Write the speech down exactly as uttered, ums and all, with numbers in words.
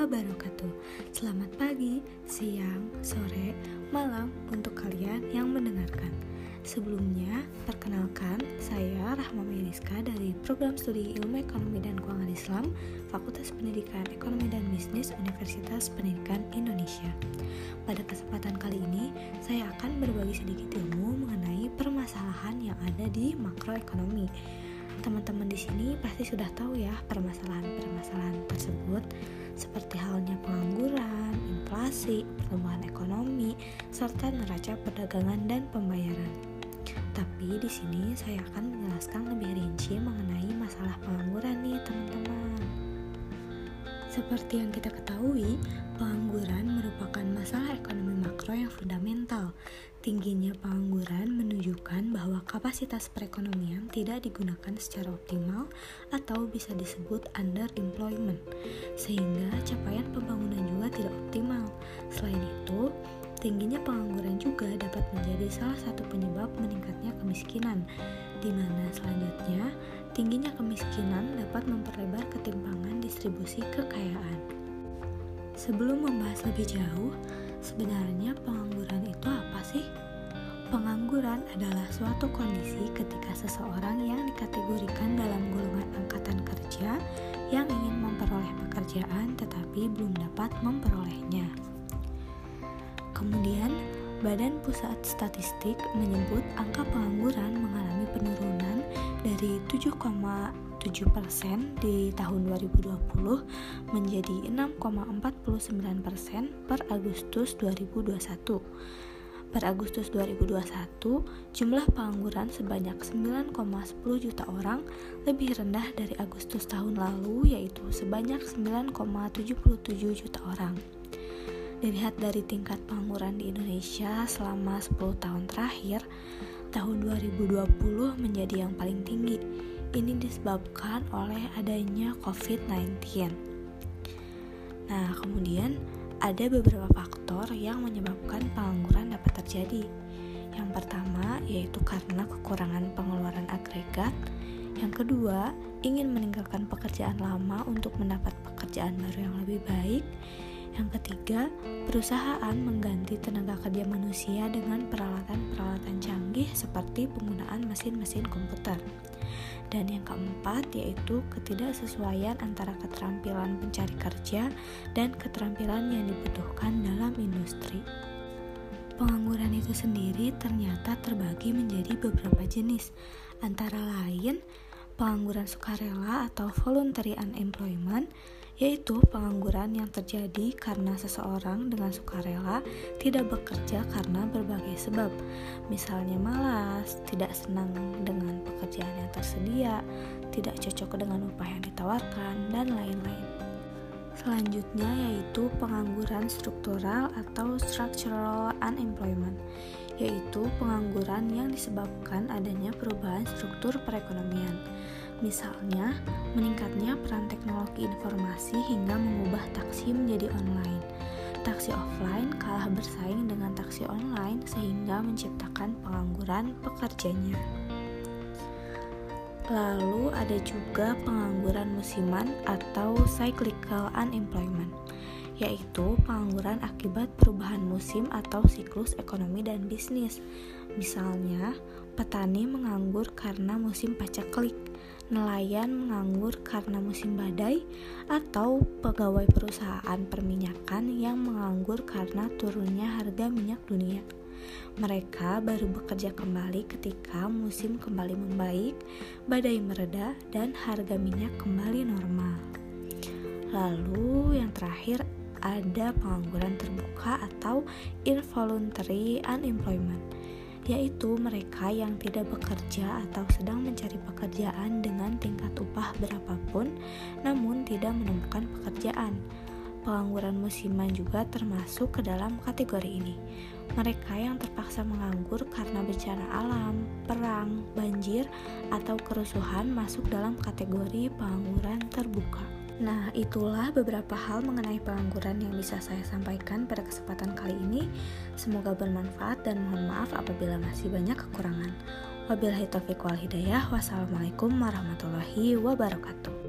wabarakatuh. Selamat pagi, siang, sore, malam untuk kalian yang mendengarkan. Sebelumnya, perkenalkan, saya Rahma Meriska dari Program Studi Ilmu Ekonomi dan Keuangan Islam, Fakultas Pendidikan Ekonomi dan Bisnis Universitas Pendidikan Indonesia. Pada kesempatan kali ini, saya akan berbagi sedikit ilmu mengenai permasalahan yang ada di makroekonomi. Teman-teman di sini pasti sudah tahu ya permasalahan-permasalahan tersebut, seperti halnya pengangguran, inflasi, pertumbuhan ekonomi, serta neraca perdagangan dan pembayaran. Tapi di sini saya akan menjelaskan lebih rinci mengenai masalah pengangguran nih teman-teman. Seperti yang kita ketahui, pengangguran merupakan masalah ekonomi makro yang fundamental. Tingginya pengangguran menunjukkan bahwa kapasitas perekonomian tidak digunakan secara optimal atau bisa disebut underemployment, sehingga capaian pembangunan juga tidak optimal. Selain itu, tingginya pengangguran juga dapat menjadi salah satu penyebab meningkatnya kemiskinan, di mana selanjutnya tingginya kemiskinan dapat memperlebar ketimpangan distribusi kekayaan. Sebelum membahas lebih jauh, sebenarnya pengangguran itu apa sih? Pengangguran adalah suatu kondisi ketika seseorang yang dikategorikan dalam golongan angkatan kerja yang ingin memperoleh pekerjaan tetapi belum dapat memperolehnya. Kemudian, Badan Pusat Statistik menyebut angka pengangguran mengalami penurunan dari tujuh koma tujuh persen di tahun dua ribu dua puluh menjadi enam koma empat sembilan persen per Agustus dua ribu dua puluh satu. Per Agustus dua ribu dua puluh satu, jumlah pengangguran sebanyak sembilan koma sepuluh juta orang, lebih rendah dari Agustus tahun lalu yaitu sebanyak sembilan koma tujuh tujuh juta orang. Dilihat dari tingkat pengangguran di Indonesia selama sepuluh tahun terakhir, tahun dua ribu dua puluh menjadi yang paling tinggi. Ini disebabkan oleh adanya covid sembilan belas. Nah, kemudian ada beberapa faktor yang menyebabkan pengangguran dapat terjadi. Yang pertama yaitu karena kekurangan pengeluaran agregat. Yang kedua, ingin meninggalkan pekerjaan lama untuk mendapat pekerjaan baru yang lebih baik. Yang ketiga, perusahaan mengganti tenaga kerja manusia dengan peralatan-peralatan canggih seperti penggunaan mesin-mesin komputer. Dan yang keempat yaitu ketidaksesuaian antara keterampilan pencari kerja dan keterampilan yang dibutuhkan dalam industri. Pengangguran itu sendiri ternyata terbagi menjadi beberapa jenis, antara lain pengangguran sukarela atau voluntary unemployment, yaitu pengangguran yang terjadi karena seseorang dengan sukarela tidak bekerja karena berbagai sebab, misalnya malas, tidak senang dengan pekerjaan yang tersedia, tidak cocok dengan upah yang ditawarkan, dan lain-lain. Selanjutnya yaitu pengangguran struktural atau structural unemployment, yaitu pengangguran yang disebabkan adanya perubahan struktur perekonomian. Misalnya, meningkatnya peran teknologi informasi hingga mengubah taksi menjadi online. Taksi offline kalah bersaing dengan taksi online sehingga menciptakan pengangguran pekerjanya. Lalu ada juga pengangguran musiman atau cyclical unemployment, yaitu pengangguran akibat perubahan musim atau siklus ekonomi dan bisnis. Misalnya, petani menganggur karena musim paceklik, nelayan menganggur karena musim badai, atau pegawai perusahaan perminyakan yang menganggur karena turunnya harga minyak dunia. Mereka baru bekerja kembali ketika musim kembali membaik, badai mereda, dan harga minyak kembali normal. Lalu yang terakhir ada pengangguran terbuka atau involuntary unemployment, yaitu mereka yang tidak bekerja atau sedang mencari pekerjaan dengan tingkat upah berapapun namun tidak menemukan pekerjaan. Pengangguran musiman juga termasuk ke dalam kategori ini. Mereka yang terpaksa menganggur karena bencana alam, perang, banjir, atau kerusuhan masuk dalam kategori pengangguran terbuka. Nah, itulah beberapa hal mengenai pengangguran yang bisa saya sampaikan pada kesempatan kali ini. Semoga bermanfaat dan mohon maaf apabila masih banyak kekurangan. Wabillahi taufiq wal hidayah. Wassalamualaikum warahmatullahi wabarakatuh.